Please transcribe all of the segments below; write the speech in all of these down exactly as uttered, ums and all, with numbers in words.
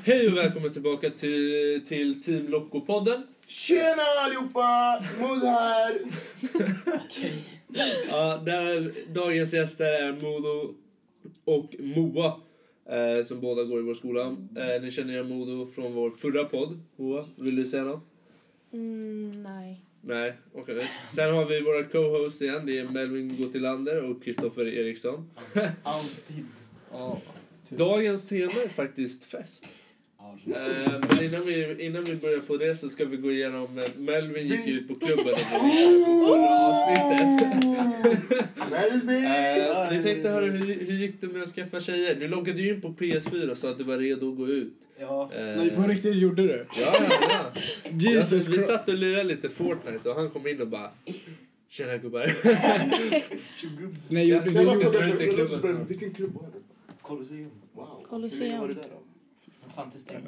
Hej och välkommen tillbaka till, till Team Loco-podden. Tjena allihopa! Mod här! Okej. Ja, där, dagens gäster är Modo och Moa. Eh, som båda går i vår skola. Eh, ni känner igen Modo från vår förra podd. Moa, vill du säga något? Mm, nej. Nej, okej. Okay. Sen har vi våra co-hosts igen. Det är Melvin Gottilander och Kristoffer Eriksson. Alltid. Ja. Dagens tema är faktiskt fest. Uh, men innan vi, innan vi börjar på det så ska vi gå igenom uh, Melvin gick ut på klubben och förra avsnittet. Melvin! uh, Vi tänkte höra hur, hur gick det med att skaffa tjejer? Du loggade ju in på P S fyra så att du var redo att gå ut. Ja. uh, Nej, på riktigt gjorde du? Ja, ja, ja. Jesus alltså, vi satt och lirade lite Fortnite och han kom in och bara tjena gubbar. Nej, gjorde Jag bara du? frågade så, klubben, vilken klubb var det? Colosseum. Wow. Colosseum. Hur länge var det där då? Fan till stängning.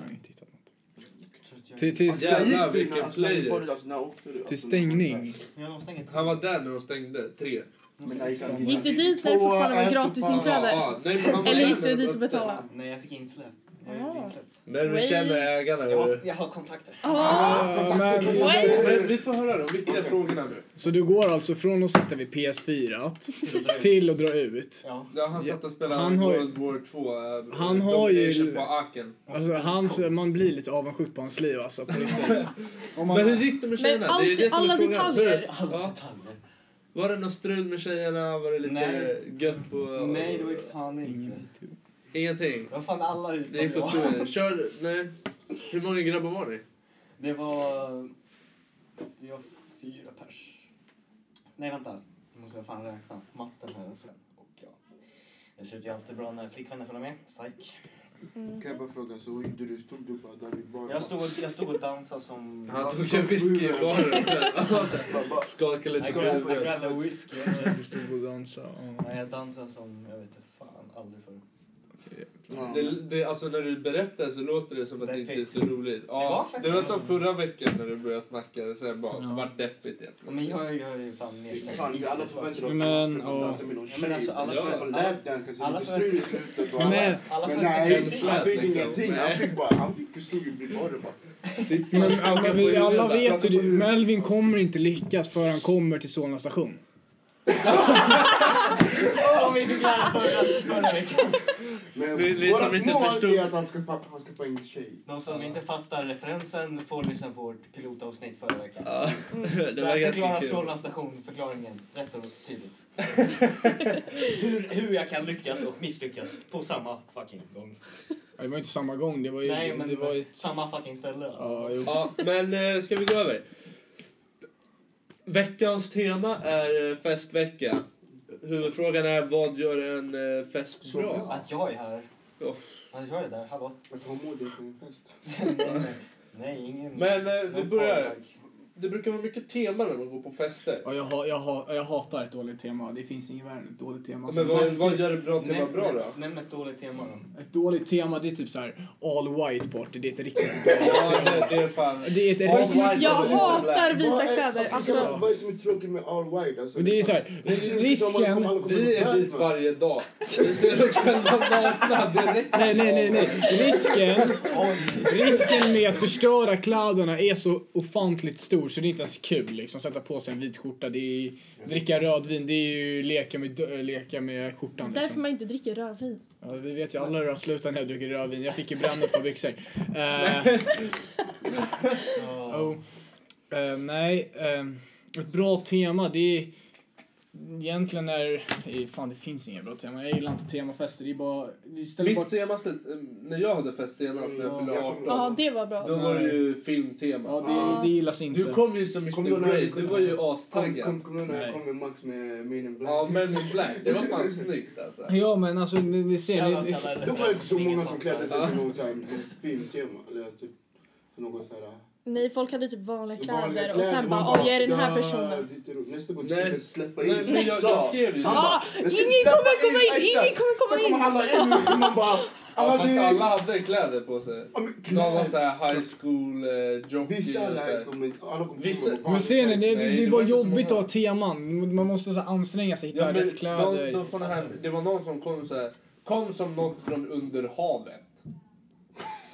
Till, till, Alltså, Jävlar, jag gick vilken innan, alltså, när jag player. gick på det, alltså, när jag åkte det, till alltså, stängning. Ja, de stänger Han var där när de stängde, tre. Men jag gick han- Gick du dit när det fortfarande var gratisinträde? Ja, nej, men han var Eller där gick när du de dit och öppnade. betalade? Nej, jag fick insläpp. Jag är Ah. insläppt. Men vi känner ägarna. Jag hör har, du? jag har kontakter. Ah, Ja, men, Men vi får höra de viktiga frågorna nu. så du går alltså från att sitta vid P S fyra till att dra ut? Ja. Ja, han satt och spelade Han har ju- World War två. Äh, Han har ju- Domination på Aken. Alltså, hans, man blir lite avundsjuk på hans liv alltså, på riktigt. Om man, Men hur gick det med tjejerna? allt- det är det som är alla frågan. detaljer. Hur- Alla Ja. detaljer. Var det något strul med tjejerna? Var det lite Nej. gött på... Nej, det var ju fan inte. Ingenting. Det var fan alla Det utom gick på jag. skolan. Kör... Nej. Hur många grabbar var ni? Det var... Vi var fyra pers. Nej, vänta. Nu måste jag fan räkna. Matten här. Så. Och ja. Det ser ut ju alltid bra när flickvänner följer med. Psych. mm. Kan jag bara fråga, så hur gjorde du? Stod du bara där vid baren? Jag stod, och- jag stod och dansade som... Han tog en whisky i baren. Bara- bara- Skakade lite I på grabbed, I huvudet. grabbed a whiskey. stod och dansade. Ja. Nej, jag dansade som, jag vet inte fan, aldrig förr. Ja. Det, det, alltså när du berättar så låter det som att det inte är så roligt. Det var Ja, fett det var som roligt. förra veckan när du började snacka. Sen bara, Ja. det var deppigt igen. Men jag, jag är ju fan nedstängd. Fan, vi alla förväntar oss att Men, man ska ja. dansa med någon Ja, men alltså, tjej. alla Ja, för- för alla- läpdance, alla lite för- strul i slutet. och- Men, men, Alla Men får nej, inte se han fick liksom. ingenting. Nej. Han fick bara, han fick stod ju vid baren bara. men alla, vi, alla vet ju, Melvin kommer inte lyckas för han kommer till Solna station. Som vi fick lära förra, förra veckan. Men Vi- vi som vårt inte mål förstod- är att han ska, fa- han ska få en tjej. De som inte fattar referensen får lyssna på vårt pilotavsnitt förra veckan. Ja, det var Där ganska förklarar kul. Solna station förklaringen rätt så tydligt. hur, hur jag kan lyckas och misslyckas på samma fucking gång. Ja, det var inte samma gång, det var ju... Nej, men det var ett, samma fucking ställe. ja, jo. Ja, men eh, ska vi gå över? Veckans tema är eh, festvecka. Huvudfrågan är, vad gör en eh, fest Så bra? bra. Att jag är här. Ja. Att jag är där, hallå? Att ha modet på en fest. nej, nej. nej, ingen... Men eh, vi någon börjar. parlag. Det brukar vara mycket tema när man går på fester. Ja, jag, ha, jag, ha, jag hatar ett dåligt tema. Det finns ingen värre än ett dåligt tema. Men vad, vad gör det bra tema Nämn- bra då? Nämn ett dåligt tema då. Ett dåligt tema, det är typ så här all white party. Det är ett riktigt Ja, det, det är fan... Det är ett All riktigt... white Jag och Mister hatar Black. vita Vad är- kläder. Alltså, Alltså, vad är det som är tråkigt med all white? Alltså, Och det är så här, Det ser ut som att risken... alla kommer Vi är upp dit här. varje dag. Vi ser oss själva nakna direkt. Nej, nej, nej, nej. Risken, risken med att förstöra kläderna är så ofantligt stor så det är inte ens kul liksom. Sätta på sig en vit skjorta, det är dricka rödvin, det är ju leka med, dö- leka med skjortan därför liksom. man inte dricker rödvin. Ja, vi vet ju alla hur jag slutar när jag dricker rödvin. Jag fick ju bränna på byxor. Uh, Ja. oh. Eh, nej, eh, ett bra tema, det är... Egentligen är... eh, Fan, det finns inga bra tema. Jag gillar inte temafester. Det är bara... Det ställer bara... Mitt senaste, eh, när jag hade fest senast när jag Ja, fyllde jag arton. Ja, det var bra. Då var det ju filmtema. Ja, det, det gillas inte. Du kom ju som Kommer du mister ihåg när- Grey, du var ju Kom, astaggad. kom, kom nu när Nej. jag kom med Max med Men in Black. Ja, Men in Black, det var fan snyggt alltså. Ja, men alltså, ni, ni ser... Ni, Shoutout ni, till alla Då var det inte så ingen många som fattar. klädde sig till något så här filmtema. Eller typ något så här... Nej, folk hade typ vanliga vanliga kläder och sen man bara, åh, jag är den här "Ja, personen. det är roligt." Nästa gång Nej. ska vi släppa in Nej, men jag, USA. jag skrev ju Han det. bara, Ah, "Jag ska ingen släppa kommer komma in, exakt." ingen kommer komma Så kommer in. alla in och man bara... Ja, Alla fast det... alla hade kläder på sig. Ja, men De var kläder. såhär high school eh, jockey. Vissa och alla så här. är som... Alla kommer Vissa- komma men ser ni, det, Nej, det det är var bara inte så jobbigt att många. ha teman. Man måste så här anstränga sig, hitta Ja, men rätt kläder. de, de får det, här, det var någon som kom så här, kom som något från under havet.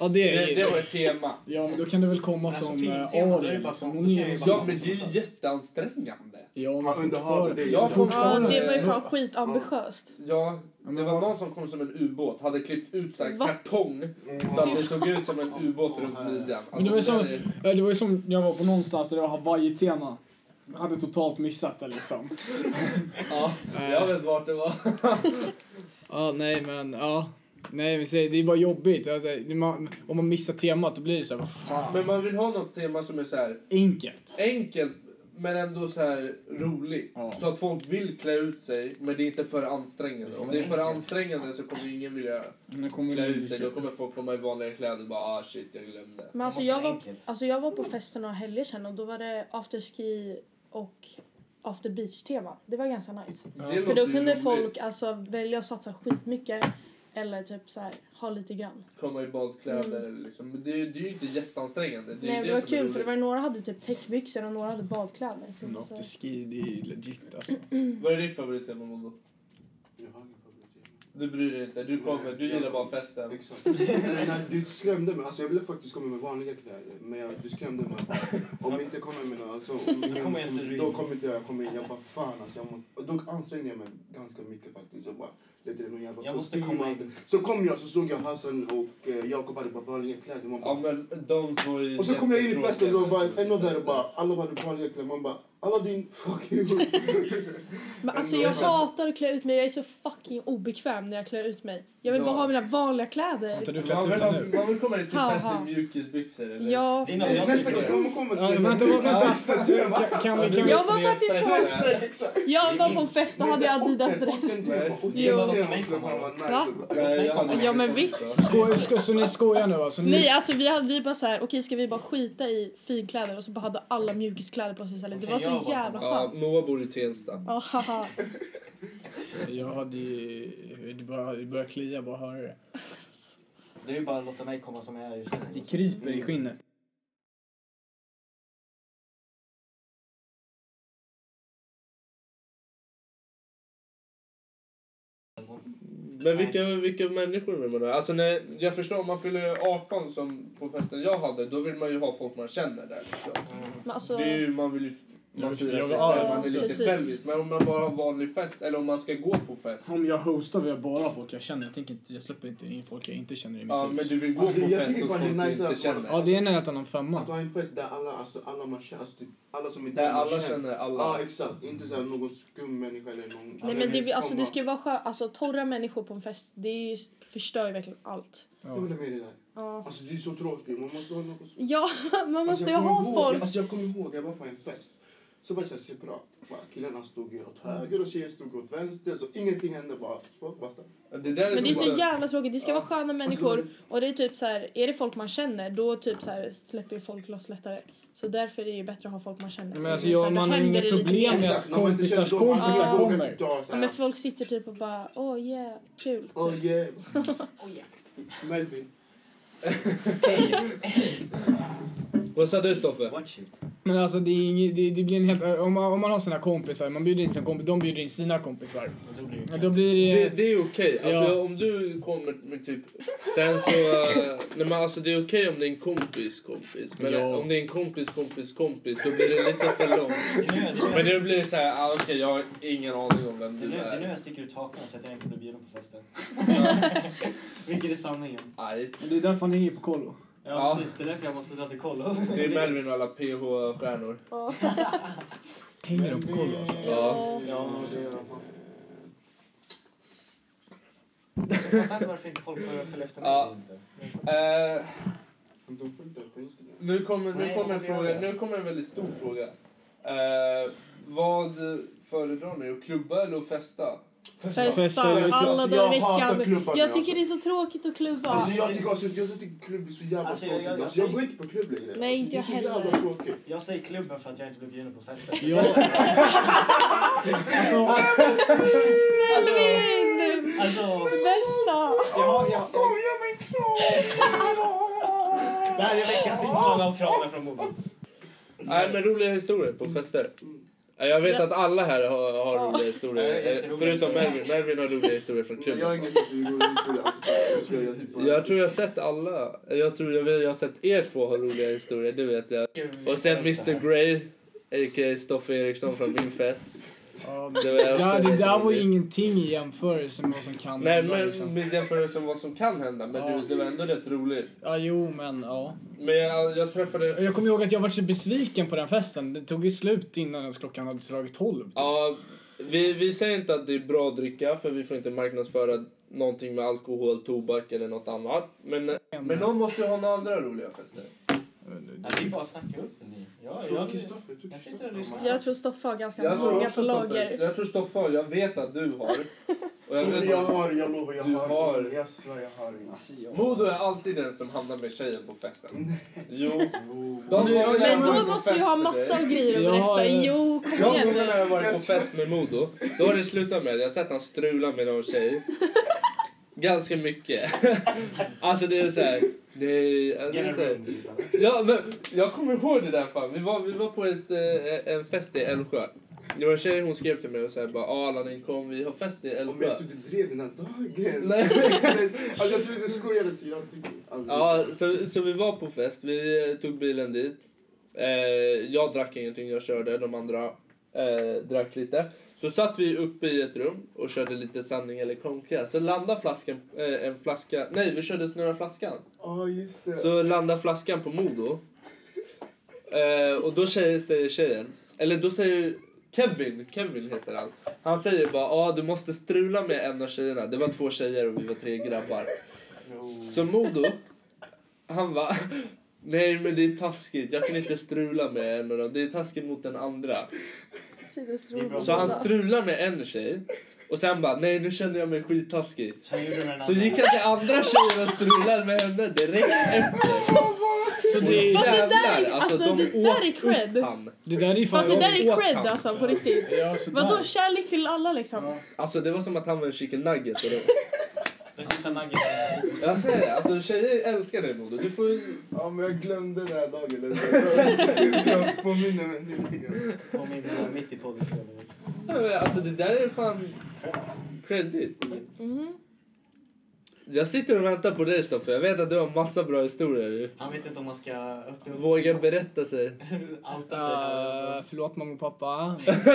Ja, det Det, är det var ett tema. Ja, men då kan du väl komma Alltså, som film- äh, tema, Ali det är bara liksom. så- Hon är det ju kan ju Ja, men det är ju jätteansträngande. Ja, men Ja, underhavet, det är ju- Jag får- Ja, det var ju Eh, fan skitambitiöst. Ja, det var någon som kom som en ubåt, hade klippt ut så här Va? kartong så att det såg ut som en ubåt runt midjan. Men det var ju som, det är- ja, det var ju som jag var på någonstans där det var Hawaii-tema. Jag hade totalt missat det liksom. Ja, jag vet vart det var. Ja, nej men, ja. Nej men det är bara jobbigt. Alltså, det- man, om man missar temat då blir det så här, vad fan. Men man vill ha något tema som är så här Enkelt. enkelt men ändå så här roligt. Ja. Så att folk vill klä ut sig men det är inte för ansträngande. Om det är för enkelt. ansträngande så kommer ingen vilja Nu kommer klä det ut sig. Då kommer folk komma i vanliga kläder och bara ah shit jag glömde. Men alltså måste jag, vara var, enkelt. alltså jag var på fest för några helger sedan och då var det afterski och after beach-tema. Det var ganska nice. Det För låter då ju kunde roligt. folk alltså välja att satsa skitmycket eller typ så här, ha lite grann. Komma i badkläder liksom. Men det, är- det är ju inte jätteansträngande. Det är Nej, ju det var som är kul för det roligt. var några hade typ täckbyxor och några hade badkläder. Så, Men så, afterski, det är ju legit alltså. Vad är ditt favorittema Mondo? Jag har ingen favorittema. Du bryr dig inte. Du kommer. Du gillar bara festen. Exakt. Men nej, du skrämde mig. Alltså jag ville faktiskt komma med vanliga kläder. Men jag, du skrämde mig. Om jag inte kommer med några, alltså, om ingen, kommer jag inte om, in. då kommer inte jag komma in. Jag bara fan alltså. Jag må, och då ansträngde jag mig ganska mycket faktiskt. Jag bara letade någon jävla Jag måste kostym. komma och in. allt. Så kom jag så såg jag Hassan och eh, Jakob hade bara vanliga kläder. Man Ja bara, men de var ju och så kom jag in i jättetråkiga. festen och då var ännu värre bara. Alla hade vanliga kläder. Man bara Aladdin, fuck you. Men alltså jag hatar att klä ut mig. Jag är så fucking obekväm när jag klär ut mig. Jag vill Ja. bara ha mina vanliga Har kläder. inte du Man klätt vill, ut ha, dig nu? man vill komma in till Ha, fest ha. i mjukisbyxor eller? Ja. Det är något jag Nästa ska gång ska göra. man komma Ja, till vänta, vänta. extra tema. Kan, kan vi, kan vi, Jag var faktiskt på Stressade. Exakt. Jag var på fest och hade Adidas dress. Jo. Nej, jag hade Ja, men inte visst. fått det. skoj, skoj, så ni skojar nu alltså? Ni, Nej, alltså vi hade vi bara så här, okej ska vi bara skita i finkläder och så bara hade alla mjukiskläder på sig istället. Det var Okej, jag så var- jävla Ja, skönt. Moa bor i Tensta. Ja, haha. Jag hade ju, det börjar, det börjar klia bara höra det. Det är ju bara att låta mig komma som jag är just nu. Det kryper i skinnet. Men vilka, vilka människor vill man ha? Alltså när, jag förstår, om man fyller arton som på festen jag hade, då vill man ju ha folk man känner där. Liksom. Men alltså, Det är ju, man vill ju, man Jag firar vill- sig ja, själv, man är lite precis. självisk. Men om man bara har vanlig fest, eller om man ska gå på fest. Om jag hostar vill jag bara ha folk jag känner. Jag, tänker inte, jag släpper inte in folk jag inte känner i mitt Ja, hus. men du vill gå Alltså, på jag fest tycker hos fan folk det är du nice inte att- känner. Ja, det är en helt annan femma. Att ha en fest där alla, alltså, alla man känner, alltså, typ, alla som är Där där man alla känner alla. Ja, exakt. Inte så här någon skum människa eller någon... nej men det, alltså, det ska ju vara skönt. Alltså torra människor på en fest, det är ju, förstör ju verkligen allt. Jag håller med dig där. Ja, Alltså det är så tråkigt. Man måste ha något... ja man Alltså, måste ju jag kommer ha ihåg, folk. Alltså jag kommer ihåg, jag var på en fest. Så var det så här separat. Bara, killarna stod ju åt höger och tjejer stod åt vänster. Så ingenting hände, bara folk bara stod. Det där är Men det är så så bara- jävla tråkigt. Det ska Ja. vara sköna människor. Och det är typ så här, är det folk man känner, då typ så här släpper ju folk loss lättare. Så därför är det ju bättre att ha folk man känner. Men alltså, Så jag, här, då man har ju händer inget det lite problem mer. med att Exakt, när man inte kompisars känner dem, kompisar alla vågar kommer. typ ta så Ja, här, men folk sitter typ och bara, åh oh, yeah, kul. Typ. oh yeah. Melvin. Vad sa du Stoffe? Watch it. Men alltså det, är inget, det, det blir en helt, om man, om man har sina kompisar, man bjuder in sina kompisar, de bjuder in sina kompisar. Och då blir det Ja, då blir Det, det... det är okej. Alltså, Ja. om du kommer med typ... Sen så... eh, nej men alltså det är okej om det är en kompis kompis. Men Ja. om det är en kompis kompis kompis då blir det lite för långt. Det är nu jag- Men det blir så här, ah, okej jag har ingen aning om vem Det är du nu, det är nu är. jag sticker ut hakan så att jag inte blir bjuden på festen. Vilket är sanningen. Argt. Det är därför han hänger på kollo. Ja, Ja. precis. Det är därför jag måste dra till kollo. Det är Melvin och alla P H-stjärnor. Ja. Hänger de på kollo alltså? Ja. Ja, man måste göra fan. Så jag fattar inte varför inte folk börjar följa efter mig. Ja. Inte. Eh, De följde på Instagram. nu kommer, nu Nej, kommer en det gör fråga, det. nu kommer en väldigt stor fråga. Eh, vad föredrar ni? Att klubba eller att festa? Festa Festa. alla Alltså, dagar i jag hatar veckan. klubbar nu, Jag tycker alltså. det är så tråkigt att klubba. Alltså jag tycker, alltså, jag tycker klubb är så jävla Alltså, jag- tråkigt. jag- Alltså, jag jag- går inte på klubb längre. Nej, alltså, inte jag Det är så heller. jävla tråkigt. Jag säger klubben för att jag inte blir bjuden på festen. Ja. Alltså, Melvin! alltså, Bästa! ja, ja, Kom, ge mig en kram! Det här är veckans inslag av kramen från Modo. Nej men roliga historier på fester. Mm. Jag vet Ja. att alla här har, har Ja. roliga Ja, historier. jätteroliga Förutom historier. Melvin. Melvin har roliga historier från klubben. Jag har ingen rolig historia. Alltså, jag ska göra typ bara- Jag tror jag har sett alla. Jag tror jag, vet, jag har sett er två ha roliga historier, det vet jag. Och sen mister Grey, a k a. Stoffe Eriksson från min fest. Ja, Det var jag ja, också det där var roligt. ju ingenting i jämförelse med vad som kan Nej, hända, men liksom. med jämförelse med vad som kan hända. Men Ja. det, det var ändå rätt roligt. Ja, jo, men ja. Men jag, jag träffade... Jag kommer ihåg att jag var så besviken på den festen. Det tog ju slut innan ens klockan hade slagit tolv. Typ. Ja, vi, vi säger inte att det är bra att dricka, för vi får inte marknadsföra någonting med alkohol, tobak eller något annat. Men, men någon måste ju ha några andra roliga fester. Ja, det är bara att snacka upp ni. Ja, Fråga jag, Kristoffer, jag tror jag sitter och Kristoffer lyssnar. har Jag tror Stoffe har ganska Jag tror många också på Stoffe. lager. Jag tror Stoffe har, jag vet att du har. Och jag Inte vet jag att har, jag lovar, jag Du har. har. ingen. Jag svär, jag har ingen. Alltså, jag... Modo är alltid den som hamnar med tjejen på festen. Jo. Jo. De Men- gånger när jag Men varit då på måste du fest ha med massa dig- av grejer att Ja, berätta. ja. Jo, kom De igen gånger när jag nu. varit på Jag svär. fest med Modo, då har det slutat med att jag har sett han strula med någon tjej. Ganska mycket. Alltså det är så här. Nej, det är så här. Ja, men jag kommer ihåg det där fan. Vi var, vi var på ett, eh, en fest i Älvsjö. Det var en tjej, hon skrev till mig och sa bara ah, Alanin kom, vi har fest i Men Älvsjö. jag trodde du drev den här dagen. Nej. Alltså jag trodde du skojade så jag tycker aldrig. Ja, så, så vi var på fest, vi eh, tog bilen dit. Eh, jag drack ingenting, jag körde, de andra eh, drack lite. Så satt vi uppe i ett rum och körde lite sanning eller konka. Så landade flaskan, eh, en flaska, nej vi körde snurra flaskan. Ja, just det. Så landade flaskan på Modo. Eh, och då säger, säger tjejen, eller då säger Kevin, Kevin heter han. Han säger bara, ja ah, du måste strula med en av tjejerna. Det var två tjejer och vi var tre grabbar. Så Modo, han var nej men det är taskigt, jag kan inte strula med en av dem. Det är taskigt mot den andra. Så han strular med en tjej. Och sen bara, nej nu kände jag mig skittaskig. Sen gjorde du med den Så andra. gick han till andra tjejen och strulade med henne direkt efter. Så det, Fast det där, Jävlar, alltså, de det där är åt cred. upp han. det där är ju fan... Fast det där de är åt cred han. alltså, på riktigt. Ja, så Vadå, där. kärlek till alla liksom? Alltså det var som att han var en chicken nugget. Eller? Den sista nugget. Jag säger det, alltså tjejer älskar dig Modo. Du får ju... Ja, men jag glömde den här dagen. Jag påminner mig nu. Påminner mitt i podden. Alltså det där är fan credit. Mhm. Jag sitter och väntar på dig Stoffe. Jag vet att du har massa bra historier. Han vet inte om man ska öppna upp. Våga berätta sig. Outa sig. här, Uh, alltså. förlåt mamma och pappa.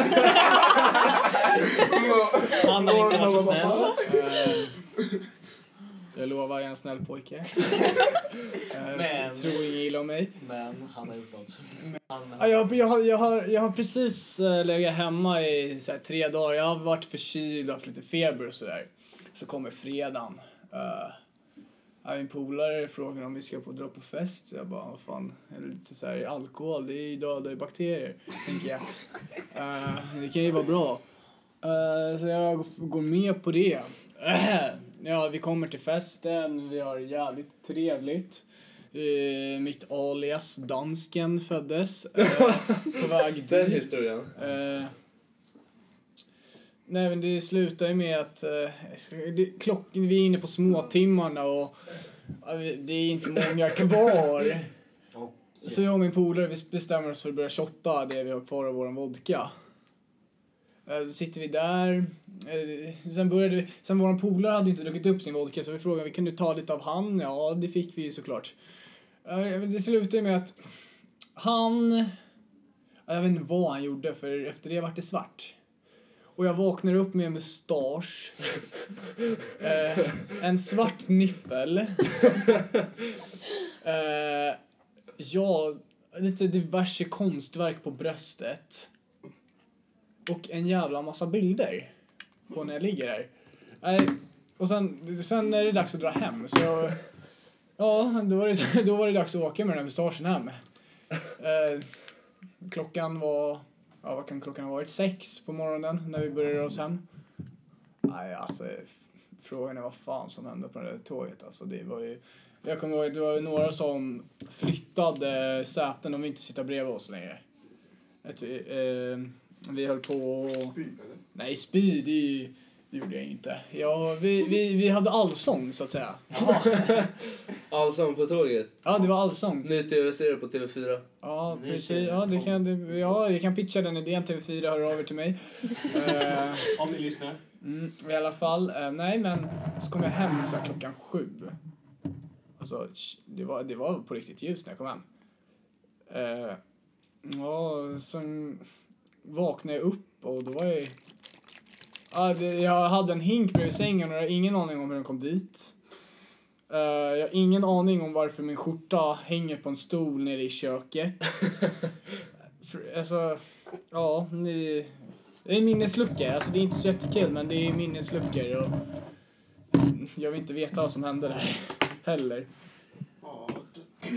Han har inte varit så snäll. Eh, jag lovar, jag är en snäll pojke. Uh, Men- Tror ingen illa om mig. Men han har gjort något. Han, Ja, jag, jag, har, jag, har, jag har precis uh, legat hemma i så här, tre dagar. Jag har varit förkyld och haft lite feber och sådär. Så kommer fredagen. Uh, ja, min polare frågar om vi ska på dra på fest. Jag bara, vad fan, eller lite så här, alkohol, det är ju döda bakterier, tänker jag. Uh, det kan ju vara bra. Uh, så jag går med på det. Uh, ja, vi kommer till festen, vi har jävligt trevligt. Uh, mitt alias Dansken föddes. Uh, på väg dit. Den historien. Uh, nej men det slutar ju med att uh, det, klockan, vi är inne på småtimmarna och uh, det är inte många kvar. och, Så jag och min polare vi bestämmer oss för att börja shotta det vi har kvar av vår vodka. Uh, då sitter vi där. Uh, sen började vi, sen vår polare hade inte druckit upp sin vodka så vi frågade vi kunde ta lite av han. Ja, det fick vi ju såklart. Uh, det slutade med att han, jag vet inte vad han gjorde för efter det var det svart. Och jag vaknar upp med en mustasch. uh, en svart nippel. uh, ja, lite diverse konstverk på bröstet. Och en jävla massa bilder på när jag ligger där. Nej, och sen, sen är det dags att dra hem. Så jag, ja, då var, det, då var det dags att åka med den här mustaschen hem. Eh, klockan var, ja vad kan klockan ha varit? Sex på morgonen när vi började oss hem. Nej, alltså frågan är vad fan som hände på det där tåget. Alltså det var ju, jag kommer ihåg, det var ju några som flyttade säten, de vill inte sitta bredvid oss längre. Ett, eh, vi höll på och... Spy, eller? Nej, spy, det är ju... Det gjorde jag inte. Ja, vi, vi, vi hade allsång så att säga. Allsång på tåget. Ja, det var allsång. Ny tv-serie på T V fyra. Ja, precis. Ja, det kan, det, ja, jag kan pitcha den idén. T V fyra hör av er till mig. uh, Om ni lyssnar. Mm, i alla fall. Uh, nej, men så kom jag hem så här klockan sju. Alltså, det var, det var på riktigt ljus när jag kom hem. Uh, ja, sen vaknade jag upp och då var jag... Ja, det, jag hade en hink bredvid sängen och jag har ingen aning om hur den kom dit. Uh, jag har ingen aning om varför min skjorta hänger på en stol nere i köket. För, alltså, ja, det, det är minnesluckor. Alltså, det är inte så jättekul, men det är minnesluckor. Och jag vill inte veta vad som hände där heller. Ja, det...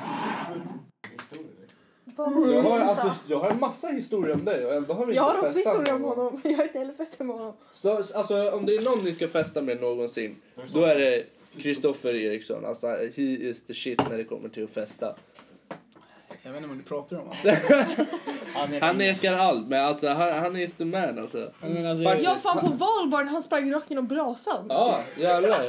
Jag har, alltså, jag har en massa historier om dig och ändå har vi Jag inte har också festat historia om någon. honom. Jag har inte heller festat med honom. Så, alltså, om det är någon ni ska festa med någonsin, då är det Kristoffer Eriksson. Alltså, he is the shit när det kommer till att festa. Jag vet inte vad du pratar om. Han är Han nekar allt, men alltså, han, han är the man alltså. Men alltså, Faktiskt. Jag fan på valborg han sprang rakt genom brasan. Ja, jävlar.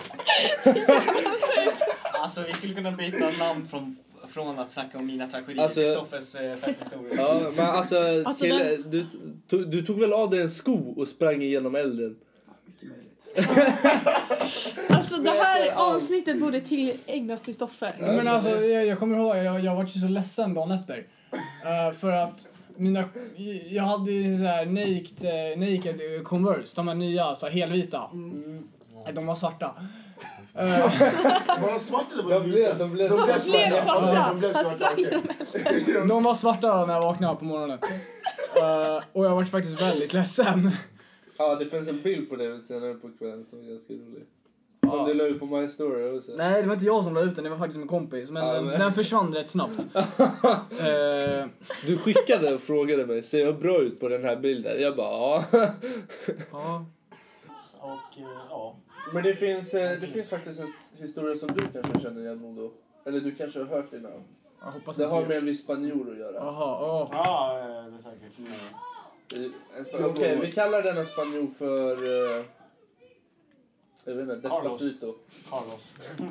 Alltså vi skulle kunna byta namn från, från att snacka om mina tragedier Alltså- till Kristoffers eh, festhistoria. Ja, men alltså, Alltså, kille, den- du, tog, du tog väl av dig en sko och sprang igenom elden? mycket möjligt. Alltså det här avsnittet borde tillägnas till Stoffer. Men alltså, jag, jag kommer ihåg, jag, jag var ju så ledsen dagen efter. Uh, för att mina, jag hade ju så här naked, uh, naked Converse, de här nya, så här helvita. Mm. De var svarta. Uh, Var de svarta eller var de De vita? blev, de blev, De blev blev svarta. svarta. Ja, de blev Han svarta, sprang okej. de var svarta när jag vaknade på morgonen. Uh, och jag var faktiskt väldigt ledsen. Ja, det finns en bild på det senare på kvällen som är ganska rolig. Som Ja. du la ut på My Story också. Nej, det var inte jag som la ut den, det var faktiskt min kompis. Men, Ja, den, men- den försvann rätt snabbt. uh, Du skickade och frågade mig, ser jag bra ut på den här bilden? Jag bara, ja. ja. Och eh, ja. Men det finns, eh, det finns faktiskt en historia som du kanske känner igen, Modo. Eller du kanske har hört innan. Jag hoppas Det inte har jag- med en viss spanjor att göra. Jaha, ja. Ja, eh, det är säkert. I- en spa- Okej, vi kallar denna spanjor för... eh, jag vet inte, Carlos. Despacito. Carlos.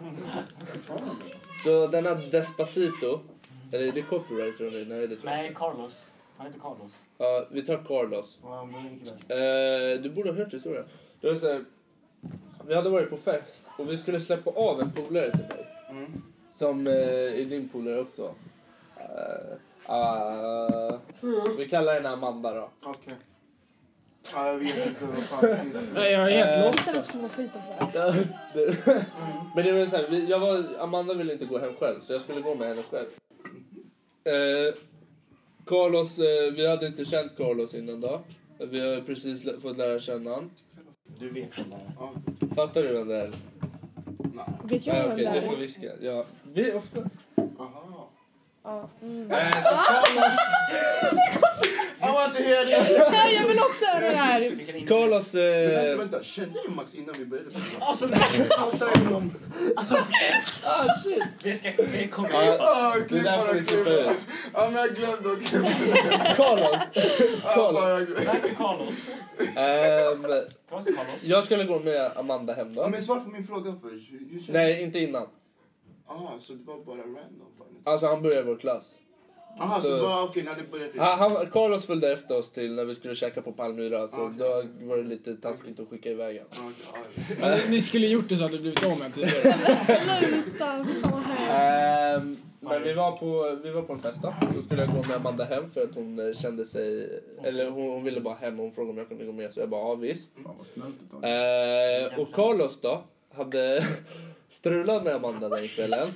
Så denna Despacito, eller är det copyright tror ni? Nej, det tror jag. Nej, Carlos. Han heter Carlos. Ja, vi tar Carlos. Och han blir mycket bättre. Eh, du borde ha hört historien. Det var så här, vi hade varit på fest och vi skulle släppa av en polare till mig. Mm. Som eh, är din polare också. Eh, ah, vi kallar henne Amanda då. Okej. Ja, jag vet inte vad fan det finns. Nej, jag är helt Eh, lost. Ställa små skiten för det. Ja, det- Men det var så här, vi, jag var, Amanda ville inte gå hem själv så jag skulle gå med henne själv. Eh, Carlos, eh, vi hade inte känt Carlos innan då. Vi har precis lä- fått lära känna han. Du vet vem det är. Ja, Fattar du vem det är? nej. Vet jag Ja, vem okej, det du får är? viska. Ja. Vi ofta. Aha. Ja. Mm. Eh, så Carlos, I want to hear this. Nej, jag vill också höra det här. Vi kan inte... Carlos Men eh, Vänta, vänta. Kände du Max innan vi började? Alltså, alltså, ah, shit. vi ska... Vi kommer... Ja, Ah, det klipp där får bara, du klipp klippa bara. ut. Ja, men jag glömde att klippa. Carlos. Ja, Carlos. bara- Nej, inte Carlos. Ehm, Det var inte Carlos. jag skulle gå med Amanda hem Ja, då. men svar på min fråga först. Hur- hur känner- Nej, inte innan. Ah, så det var bara random? bara? Alltså han började i vår klass. Aha, så Så- det var okej när det började? Han, han, Carlos följde efter oss till när vi skulle käka på Palmyra. Så Okej. då var det lite taskigt att skicka iväg han. Ah, okej, ja, ja. Ja, ni skulle gjort det så hade det blivit om en tidigare. Sluta, fan vad hemskt. Ehm, men vi var, på, vi var på en fest då. Så skulle jag gå med Amanda hem för att hon eh, kände sig... Eller hon, hon ville bara hem och hon frågade om jag kunde gå med. Så jag bara, ja visst. Fan vad snällt utav Eh, och Carlos då hade strulat med Amanda den kvällen.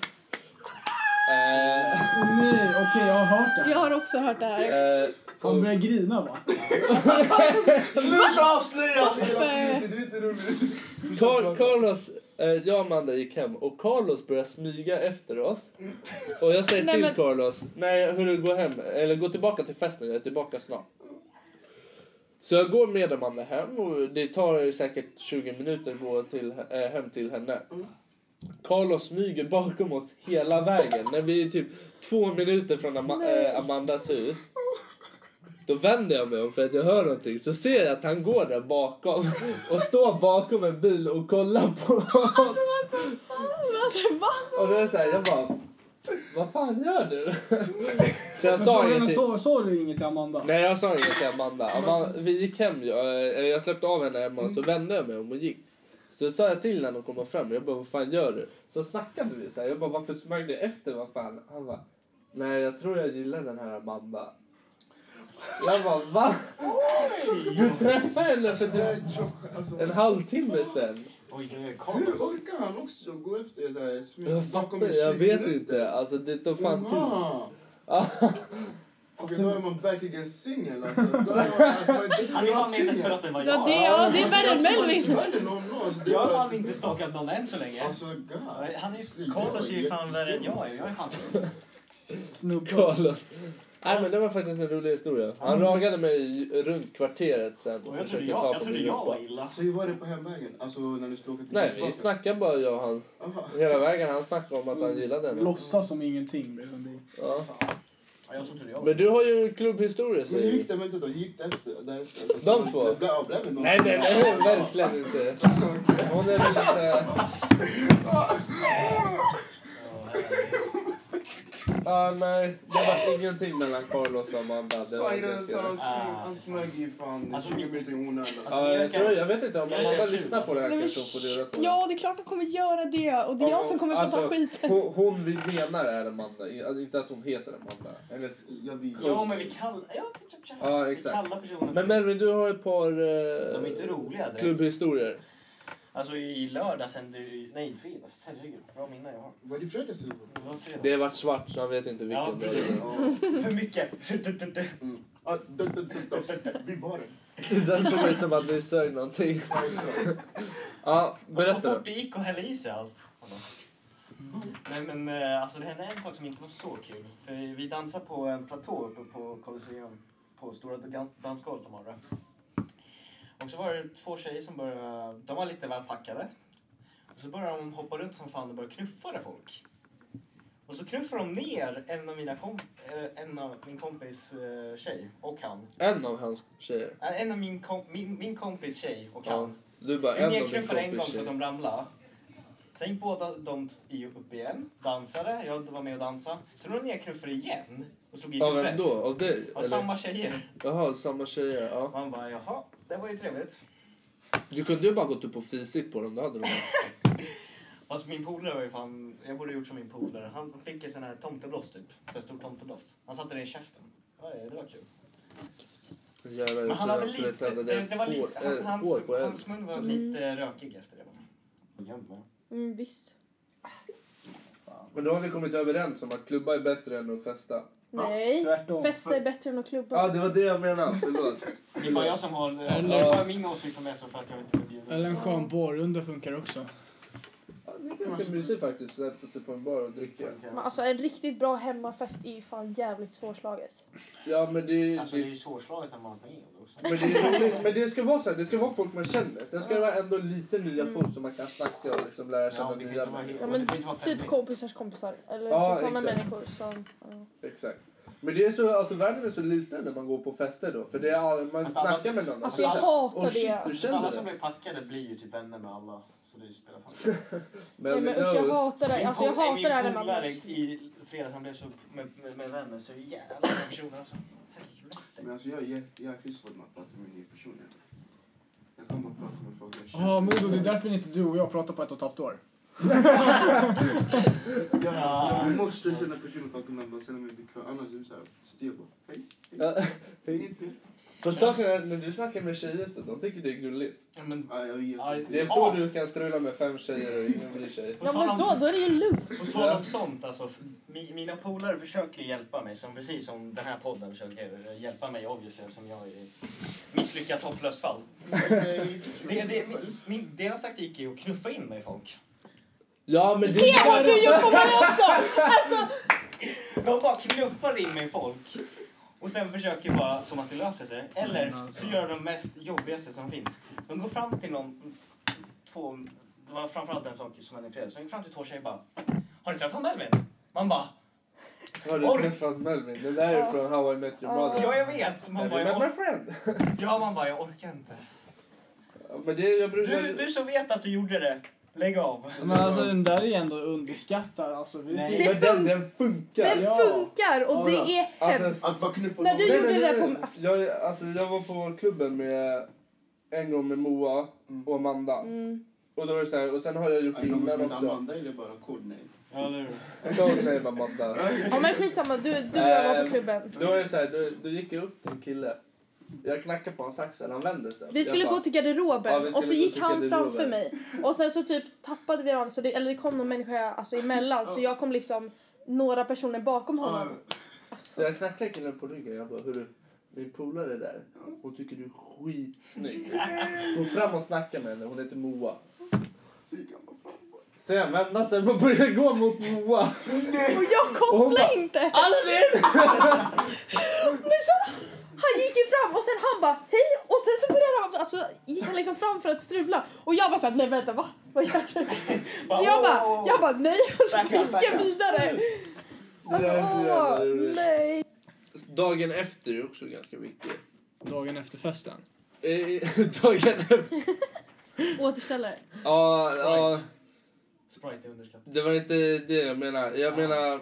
Eh, Nej, okej, jag har hört det. Jag har också hört det här. eh, Han börjar grina va? Sluta avslöja! Det är inte- det är inte roligt. Carl, Carlos, eh, jag och Amanda gick hem och Carlos började smyga efter oss. Och jag säger Nej, till men- Carlos, nej hörru gå hem, eller gå tillbaka till festen, jag är tillbaka snart. Så jag går med Amanda hem och det tar säkert tjugo minuter att gå till, eh, hem till henne. Carlos smyger bakom oss hela vägen när vi är typ två minuter från Ama- Nej. eh, Amandas hus. Då vänder jag mig om för att jag hör någonting. Så ser jag att han går där bakom. Och står bakom en bil och kollar på oss. Alltså, va? Och då är det så här, jag bara... Vad fan gör du? Så jag sa Men ingenting. så, sa du inget till Amanda? Nej, jag sa inget till Amanda. Amanda vi gick hem, jag, jag släppte av henne hemma så vände jag mig om och gick. Så sa jag till när de kom fram, jag bara, vad fan gör du? Så snackade vi så här, jag bara, varför smög du efter, vad fan? Han bara, nej jag tror jag gillar den här Amanda. Jag bara, va? Du träffade henne för typ en halvtimme sen. Oj, det är Hur Carlos. orkar han också gå efter det där smyg? Jag fattar, jag vet inte. Alltså det tar fan tid. Jaha. Okej, då är man verkligen singel alltså. Då är man, alltså, man är Han är fan mer desperat desperat än vad Ja, jag det, är. ja, det är Alltså, värre än jag tror Melvin. det är värre än någon, alltså, det är Jag har bara- fan inte stalkat någon än så länge. Alltså, god. Han är, Carlos är ju fan värre än jag är. Jag är fan singel. Snubbe. Carlos. Nej men det var faktiskt en rolig historia. Han ragade mig runt kvarteret sen. Och jag trodde försökte jag, ta jag, på trodde min jag rumpa. var illa. Så hur var det på hemvägen? Alltså när ni skulle åka Nej, tillbaka? vi snackade bara jag och han. Aha. Hela vägen han snackade om att han gillade henne. Låtsas som ingenting. Liksom. Det- Ja. Ja, jag så trodde jag var Men du har ju en klubbhistoria Men hur säger gick du. det, vänta då, hur gick det efter, därefter? De två? Blev, blev, blev det någon? Nej, nej, nej, verkligen inte. Hon är lite... Ja, nej. Det var ingenting mellan Carlos och Amanda. Det var Så inte han, så han, ens- smög, han smög i fan Alltså, tjugo minuter i onödan. Ja, jag, tror, jag vet inte om Jag är Amanda kul, lyssnar på det här Nej, men, kanske hon får reda på det. ja, det är klart att de kommer göra det. Och det är jag som kommer få ta Alltså, skiten. Hon, hon vi menar är Amanda. I- alltså, inte att hon heter Amanda. Eller, Jag vet. Ja, men vi kallar... Ja, Ja, vi exakt. kallar personen men Melvin, du har ett par De eh, är inte roliga direkt. klubbhistorier. Alltså i lördags hände ju... Nej, i fredags. Herregud, bra minne jag har. Var det fredags eller? Det var fredags. Det har varit svart så han vet inte vilken Ja, det precis. är. Ja. För mycket. Mm. Ah, d- d- d- d- Vi baren. Det såg ut som att ni sög någonting. Ja, exakt. Ja, Och så berätta fort det gick att hälla i sig allt. Nej men eh, alltså det hände en sak som inte var så kul. För vi dansade på en platå uppe på Colosseum. På Stora Dan- dansgolvet de har det. Och så var det två tjejer som började, de var lite väl packade. Och så började de hoppa runt som fan och började knuffa det folk. Och så knuffade de ner en av mina komp eh, en av min kompis eh, tjej och han. En av hans tjejer. Eh, En av min, kom min, min kompis tjej och Ja. han. Du bara En en jag av din knuffade en gång kompis så att tjejer. de ramlade. Sen gick båda de t- upp igen, dansade, jag var med och dansade. Sen var de nedknuffade igen och slog i Av vem huvudet. då? Av dig? Av Eller? samma tjejer. Jaha, samma tjejer. Ja. Man bara, jaha, det var ju trevligt. Du kunde ju bara gått upp och fisit på dem. Då hade de. Fast min polare var ju fan, jag borde ha gjort som min polare. Han fick en sån här tomtebloss typ. Så här stor tomtebloss. Han satte det i käften. Ja, det var kul. Jävlar, Men han hade jag skulle lite, tända det, deras det var hår- lite, han, äh, hans, hår på eld. hans mun var Mm. lite rökig efter det. Gömmer. Mm, visst. Men då har vi kommit överens om att klubba är bättre än att festa. Nej. Tvärtom. Festa är bättre än att klubba. Ja, det var det jag menade. Förlåt. Det är bara jag som har, Eller- det är bara min åsikt som är så för att jag inte vill bjuda. Eller en skön borrunda funkar också. Ja, det är ganska mysigt faktiskt. Sätta sig på en bar och dricka. Men alltså en riktigt bra hemmafest är ju fan jävligt svårslaget. Ja, men det, Alltså det är det, ju svårslaget när man är med också. men det, är roligt. Men det ska vara så här, det ska vara folk man känner. Sen ska det vara ändå lite nya folk som man kan snacka och liksom lära Ja, känna det kan nya inte vara människor. Ja, helt, men det får inte vara typ främling. kompisars kompisar. Eller Ja, så sådana exakt. människor som... Ja. Exakt. Men det är så, alltså världen är så liten när man går på fester då. För det är, all- man Fast alla- snackar med någon. Alltså jag så här, hatar "Åh, shit, det. du Fast känner alla som det. blir packade blir ju typ vänner med alla. Så det spelar fan. Nej, men usch, jag hatar det. Alltså jag Min pol- hatar det här när Min man... polare i fredags han blev så med, med, med vänner så jävla många personer alltså. Helvete. Men alltså jag är jä- jäkligt svårt med att prata med nya personer. Jag kan bara prata med folk jag Jaha, Modo, det är därför inte du och jag pratar på ett och ett halvt år. Jag, jag måste känna personer för att kunna bara känna mig bekväm. Annars är det såhär, stel bara. Hej, Ja. hej. Inte. För saken är att när du snackar med tjejer så de tycker det är gulligt. Ja, men, Ja, jag vet Ja, inte. Det är så du kan strula med fem tjejer och ingen blir tjej. Ja men då, då är det ju lugnt. på tal om sånt alltså. f- Mi, mina polare försöker hjälpa mig som precis som den här podden försöker hjälpa mig obviously som jag är i misslyckat hopplöst fall. Okej, Det, det, min, min, deras taktik är att knuffa in mig i folk. Ja men det Det har du gjort på mig också! Alltså, De bara knuffar in mig i folk. Och sen försöker bara som att det löser sig. Eller så gör de mest jobbigaste som finns. De går fram till någon, två, det var framförallt en sak som hände i fredags. De gick fram till två tjejer och bara, har ni träffat Melvin? Man bara, Har du Oj. träffat Melvin? Den där är Ja. från How I Met Your Ja. Mother. Ja, jag vet. Man Have bara, you met my jag, friend? ja, man bara, jag orkar inte. Ja, men det, jag brukar... Du, du som vet att du gjorde det, lägg av. Men alltså den där är ändå underskattad. Alltså, vi Nej. fick- Men den, den funkar. Den Ja. funkar och Ja, det är Alltså, hemskt. Att bara knuffa När du någon- gjorde nej, det nej, på- nej. Jag, alltså, jag var på klubben med en gång med Moa och Amanda. Mm. Och då är det så här, och sen har jag gjort Är det det någon som innan heter också. Amanda eller bara codename? Ja, eller hur? Så säger Amanda. Ja men skitsamma, du, du och jag var på Ehm, klubben. Då är det så här, då, då gick jag upp till en kille. Jag knackade på hans axel, han vände sig. Vi skulle jag bara, gå till garderoben Ja, vi skulle och så gå gick till han garderoben. framför mig. Och sen så typ tappade vi varandra, så det, eller det kom någon människa alltså, emellan. Så jag kom liksom några personer bakom honom. Så Alltså, jag knackade killen på ryggen. Jag bara, hörru, min polare är där. Hon tycker du är skitsnygg. Gå fram och snacka med henne, hon heter Moa. Så gick han bara fram. Så jag vände sig och började gå mot Moa. och jag Och hon kopplade bara, inte! Albin! Men så, han gick ju fram och sen han bara hej och sen så började han, alltså gick han liksom fram för att strula. Och jag bara såhär, nej vänta va? Vad gör du? Så jag bara, jag bara nej och så Back up, gick back jag up. vidare. Alltså, Det är så jävla åh, roligt. nej. Dagen efter är också ganska viktig. Dagen efter festen. Eh, Dagen efter... Återställare. Ja, ja, Sprite är underskattat. det var inte det jag menar. Jag menar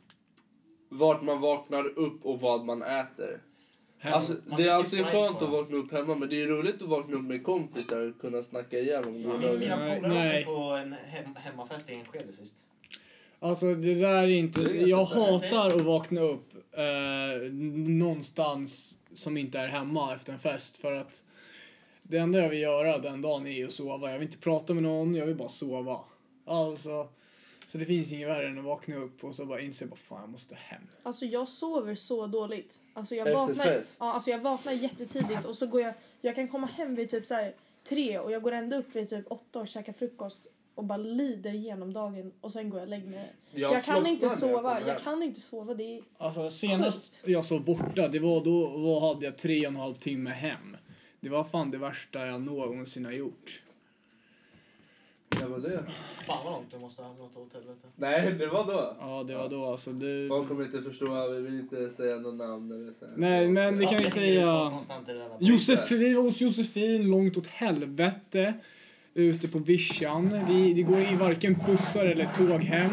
vart man vaknar upp och vad man äter. Hem. Alltså, Man det är dricker alltid Sprite skönt bara. att vakna upp hemma, men det är roligt att vakna upp med kompisar och kunna snacka igenom Min, gårdagen. mina Nej, polare nej. åkte på en hem, hemmafest i Enskede sist. Alltså det där är inte... Det är ganska Jag starkt. hatar att vakna upp eh, någonstans som inte är hemma efter en fest. För att det enda jag vill göra den dagen är att sova. Jag vill inte prata med någon, jag vill bara sova. Alltså, så det finns inget värre än att vakna upp och så bara inse bara fan jag måste hem. Alltså jag sover så dåligt. Alltså jag Efter vaknar, fest? ja, alltså jag vaknar jättetidigt och så går jag, jag kan komma hem vid typ så här tre och jag går ändå upp vid typ åtta och käkar frukost och bara lider igenom dagen och sen går jag och lägger mig. Jag, kan slocknar inte när jag sova, kommer jag hem. kan inte sova, det är... Alltså senast Sjukt. jag sov borta, det var då var, hade jag tre och en halv timme hem. Det var fan det värsta jag någonsin har gjort. Det var det. Fan vad långt du måste ha hamnat åt helvete. Nej, det var då. Ja, det var då alltså. Det... Folk kommer inte förstå, vi vill inte säga någon namn eller så här. Nej, men det kan vi Fast jag tycker det är så säga. konstant i det där. Josefin, vi var hos Josefin långt åt helvete. Ute på vischan. Det, det går i varken bussar eller tåg hem.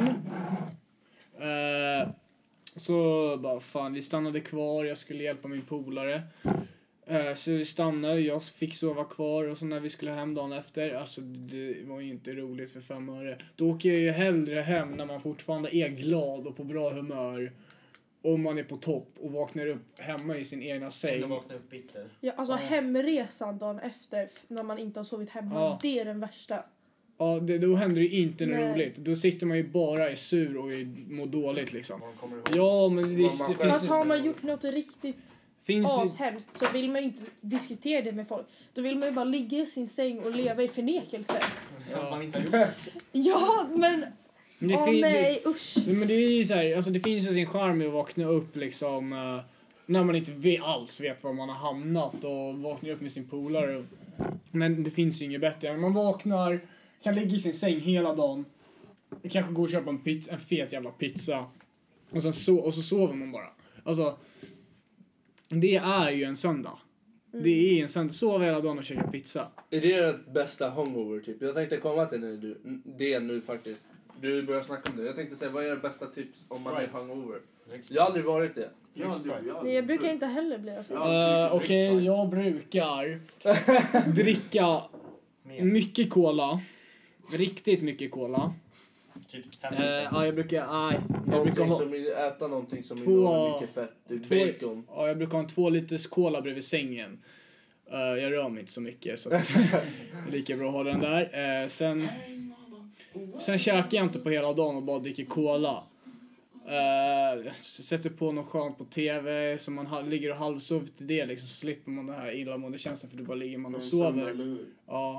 Eh, så bara fan, vi stannade kvar. Jag skulle hjälpa min polare. Eh, så vi stannade, jag fick sova kvar och så när vi skulle hem dagen efter, alltså det var ju inte roligt för fem öre. Då åker jag ju hellre hem när man fortfarande är glad och på bra humör. Om man är på topp och vaknar upp hemma i sin egna Du säng. vaknar upp bitter. Ja, alltså Ja. hemresan dagen efter f- när man inte har sovit hemma, Ja. det är den värsta. Ja, det, då händer det inte något Nej. roligt. Då sitter man ju bara i sur och i, mår dåligt liksom. Man kommer ihåg. Ja, men det, det, Vad man det själv- Fast finns... har man gjort något riktigt finns det, ashemskt så vill man ju inte diskutera det med folk. Då vill man ju bara ligga i sin säng och leva i förnekelse. Att man inte har gjort det. Ja, men men det, åh fin, nej, usch. det, men det är ju så här, alltså det finns ju sin charm i att vakna upp liksom eh, när man inte vet, alls vet var man har hamnat och vaknar upp med sin polare. Men det finns ju inget bättre. Man vaknar, kan ligga i sin säng hela dagen. Kanske gå och köpa en, pizza, en fet jävla pizza. Och, sen so- och så sover man bara. Alltså, det är ju en söndag. Det är en söndag. Sova hela dagen och käka pizza. Är det ert bästa hungover typ? Jag tänkte komma till det, du, det nu faktiskt. Du börjar snacka om det. Jag tänkte säga, vad är era bästa tips om man är Sprite. hungover? Rex- Jag har aldrig varit det. Jag har aldrig- jag har Nej, jag aldrig- brukar inte heller bli alltså. Ja. Uh, Okej, Sprite. jag brukar dricka Mer. mycket cola. Riktigt mycket cola. Typ fem Uh, minuter. ja, jag brukar... Nej, jag brukar Någonting ha... som, äta någonting som Två- innehåller mycket fett. Typ två- bacon. Ja, jag brukar ha en två liters cola bredvid sängen. Uh, jag rör mig inte så mycket så att det är lika bra att ha den där. Uh, sen, sen käkar jag inte på hela dagen och bara dricker cola. Uh, sätter på något skönt på tv så man ha, ligger och halvsover till det liksom, så slipper man den här illamående känslan för då bara ligger man och Men sömn, sover. eller hur? Ja.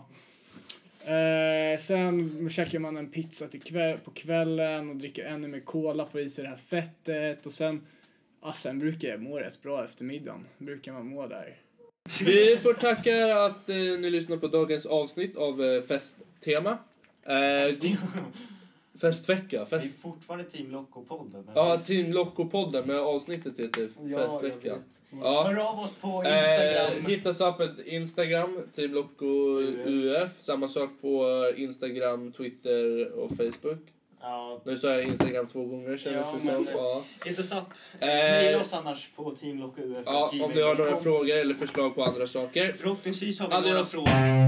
Eh, sen käkar man en pizza till kväll, på kvällen och dricker ännu mer cola för i sig det här fettet och sen, ja, sen brukar jag må rätt bra efter middagen. Brukar man må där. Vi får tacka att eh, ni lyssnar på dagens avsnitt av eh, festtema. Eh, Fast- Festvecka. Det är Fest... fortfarande Team Loco-podden. men- Ja, Team Loco-podden med avsnittet heter Ja, jag Festvecka. vet. Ja. Hör av oss på Instagram. Eh, hittas upp ett Instagram, Team Loco U F. Samma sak på Instagram, Twitter och Facebook. Ja, Nu sa jag Instagram två gånger känns Ja, det men- som. Ja. hit oss upp. Eh, Mejla oss annars på teamlocouf. Ja, om ni har några frågor eller förslag på andra saker. Förhoppningsvis har vi Adios. några frågor.